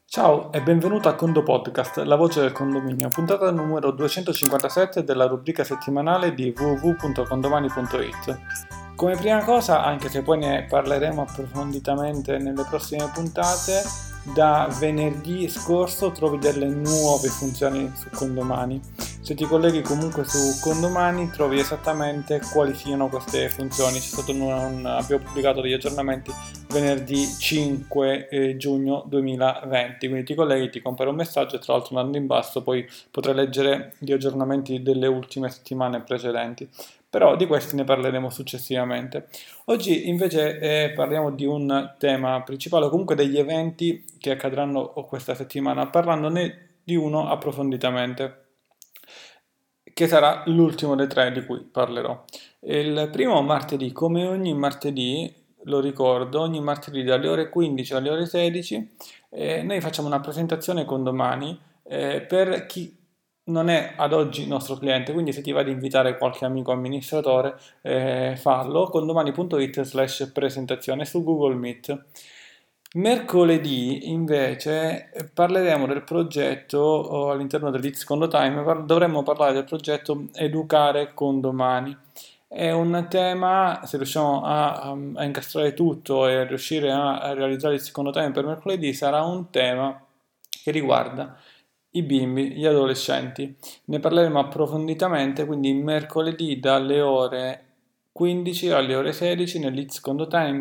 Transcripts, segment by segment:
Ciao e benvenuto a Condo Podcast, la voce del condominio, puntata numero 257 della rubrica settimanale di www.condomani.it. Come prima cosa, anche se poi ne parleremo approfonditamente nelle prossime puntate, da venerdì scorso trovi delle nuove funzioni su Condomani. Se ti colleghi comunque su Condomani trovi esattamente quali siano queste funzioni. Abbiamo pubblicato degli aggiornamenti venerdì 5 giugno 2020, quindi ti colleghi, ti compare un messaggio e tra l'altro andando in basso poi potrai leggere gli aggiornamenti delle ultime settimane precedenti, però di questi ne parleremo successivamente. Oggi invece parliamo di un tema principale, o comunque degli eventi che accadranno questa settimana, parlandone di uno approfonditamente, che sarà l'ultimo dei tre di cui parlerò. Il primo martedì, come ogni martedì, lo ricordo, ogni martedì dalle ore 15 alle ore 16 noi facciamo una presentazione con domani per chi non è ad oggi nostro cliente, quindi se ti va di invitare qualche amico amministratore, fallo con domani.it/presentazione su Google Meet. Mercoledì invece parleremo del progetto all'interno dell'It's Condo Time, dovremmo parlare del progetto Educare con Domani. È un tema, se riusciamo a incastrare tutto e riuscire a realizzare il secondo time per mercoledì, sarà un tema che riguarda i bimbi, gli adolescenti. Ne parleremo approfonditamente, quindi mercoledì dalle ore 15 alle ore 16 nell'It's Condo Time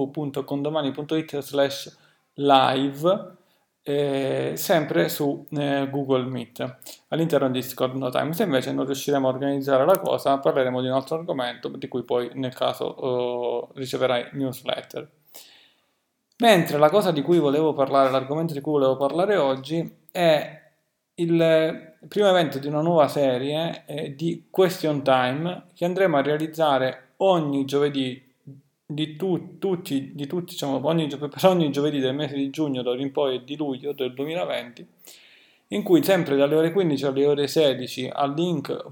www.condomani.it/live sempre su Google Meet all'interno di Discord No Time. Se invece non riusciremo a organizzare la cosa, parleremo di un altro argomento di cui poi nel caso riceverai newsletter. Mentre la cosa di cui volevo parlare, l'argomento di cui volevo parlare oggi è il primo evento di una nuova serie di Question Time che andremo a realizzare ogni giovedì di tutti, diciamo, per ogni giovedì del mese di giugno d'ora in poi e di luglio del 2020, in cui sempre dalle ore 15 alle ore 16 al link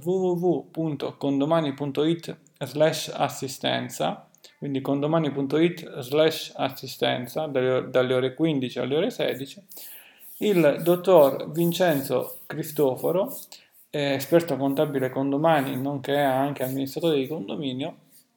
www.condomani.it/assistenza, quindi condomani.it/assistenza dalle ore 15 alle ore 16, il dottor Vincenzo Cristoforo, esperto contabile condomani, nonché anche amministratore di condominio,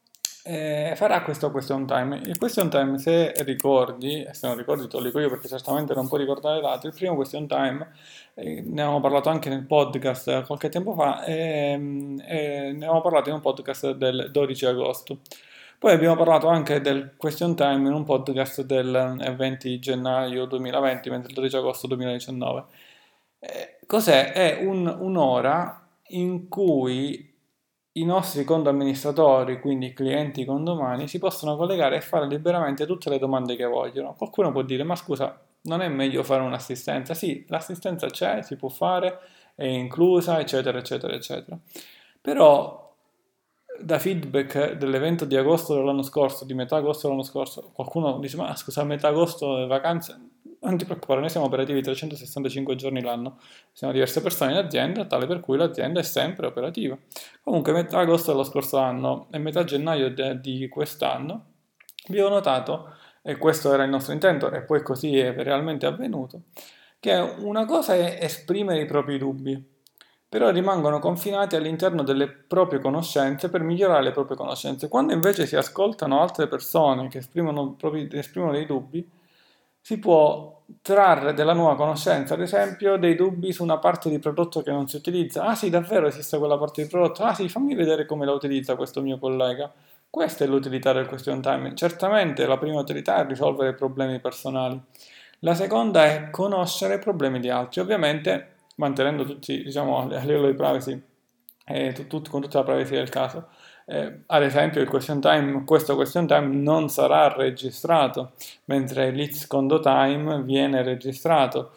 farà questo question time. Il question time, se ricordi, e se non ricordi te lo dico io perché certamente non puoi ricordare l'altro, il primo question time, ne avevamo parlato anche nel podcast qualche tempo fa, ne avevamo parlato in un podcast del 12 agosto. Poi abbiamo parlato anche del question time in un podcast del 20 gennaio 2020, mentre il 12 agosto 2019. Cos'è? È un'ora in cui i nostri condo amministratori, quindi i clienti condomani, si possono collegare e fare liberamente tutte le domande che vogliono. Qualcuno può dire, ma scusa, non è meglio fare un'assistenza? Sì, l'assistenza c'è, si può fare, è inclusa, eccetera, eccetera, eccetera. Però da feedback dell'evento di agosto dell'anno scorso, di metà agosto dell'anno scorso, qualcuno dice, ma scusa, a metà agosto le vacanze? Non ti preoccupare, noi siamo operativi 365 giorni l'anno, siamo diverse persone in azienda, tale per cui l'azienda è sempre operativa. Comunque metà agosto dello scorso anno e metà gennaio di quest'anno abbiamo notato, e questo era il nostro intento e poi così è realmente avvenuto, che una cosa è esprimere i propri dubbi, però rimangono confinati all'interno delle proprie conoscenze per migliorare le proprie conoscenze. Quando invece si ascoltano altre persone che esprimono dei dubbi, si può trarre della nuova conoscenza, ad esempio dei dubbi su una parte di prodotto che non si utilizza. Ah sì, davvero esiste quella parte di prodotto? Ah sì, fammi vedere come la utilizza questo mio collega. Questa è l'utilità del question time. Certamente la prima utilità è risolvere problemi personali. La seconda è conoscere i problemi di altri, ovviamente mantenendo tutti, diciamo, a livello di privacy, con tutta la privacy del caso. Ad esempio, questo question time non sarà registrato, mentre l'It's Condo Time viene registrato.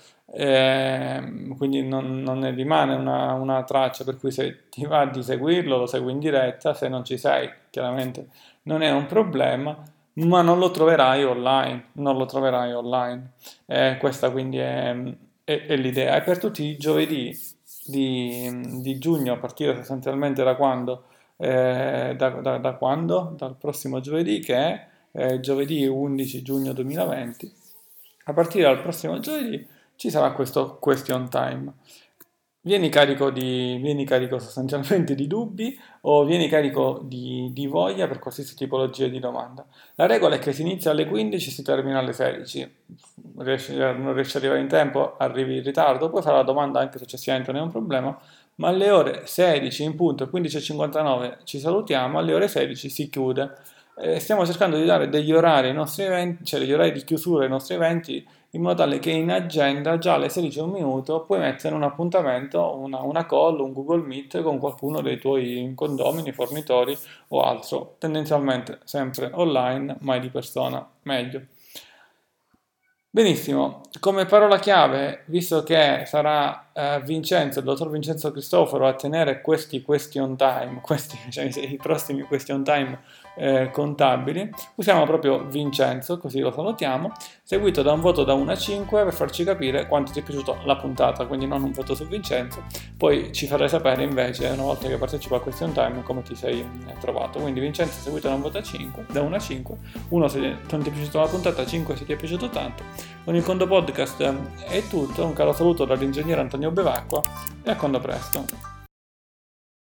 Quindi non ne rimane una traccia, per cui se ti va di seguirlo, lo segui in diretta, se non ci sei, chiaramente non è un problema, ma non lo troverai online, non lo troverai online. Questa quindi è l'idea. E per tutti i giovedì di giugno, a partire sostanzialmente da quando? Da quando? Dal prossimo giovedì, che è giovedì 11 giugno 2020. A partire dal prossimo giovedì ci sarà questo question time. Vieni carico sostanzialmente di dubbi o vieni carico di voglia per qualsiasi tipologia di domanda. La regola è che si inizia alle 15 e si termina alle 16. Non riesci ad arrivare in tempo, arrivi in ritardo, puoi fare la domanda anche successivamente, non è un problema, ma alle ore 16 in punto, 15:59 ci salutiamo, alle ore 16 si chiude. Stiamo cercando di dare degli orari ai nostri eventi, cioè degli orari di chiusura ai nostri eventi, in modo tale che in agenda già alle 16 e un minuto puoi mettere un appuntamento, una call, un Google Meet con qualcuno dei tuoi condomini, fornitori o altro, tendenzialmente sempre online, mai di persona, meglio. Benissimo, come parola chiave, visto che sarà Vincenzo, il dottor Vincenzo Cristoforo a tenere questi question time, cioè, i prossimi question time contabili, usiamo proprio Vincenzo, così lo salutiamo, seguito da un voto da 1 a 5 per farci capire quanto ti è piaciuta la puntata, quindi non un voto su Vincenzo, poi ci farai sapere invece, una volta che partecipo a question time, come ti sei trovato. Quindi Vincenzo seguito da un voto a 5, da 1 a 5, 1 se non ti è piaciuta la puntata, 5 se ti è piaciuto tanto. Con il Condo Podcast è tutto, un caro saluto dall'ingegnere Antonio Bevacqua e a quando presto.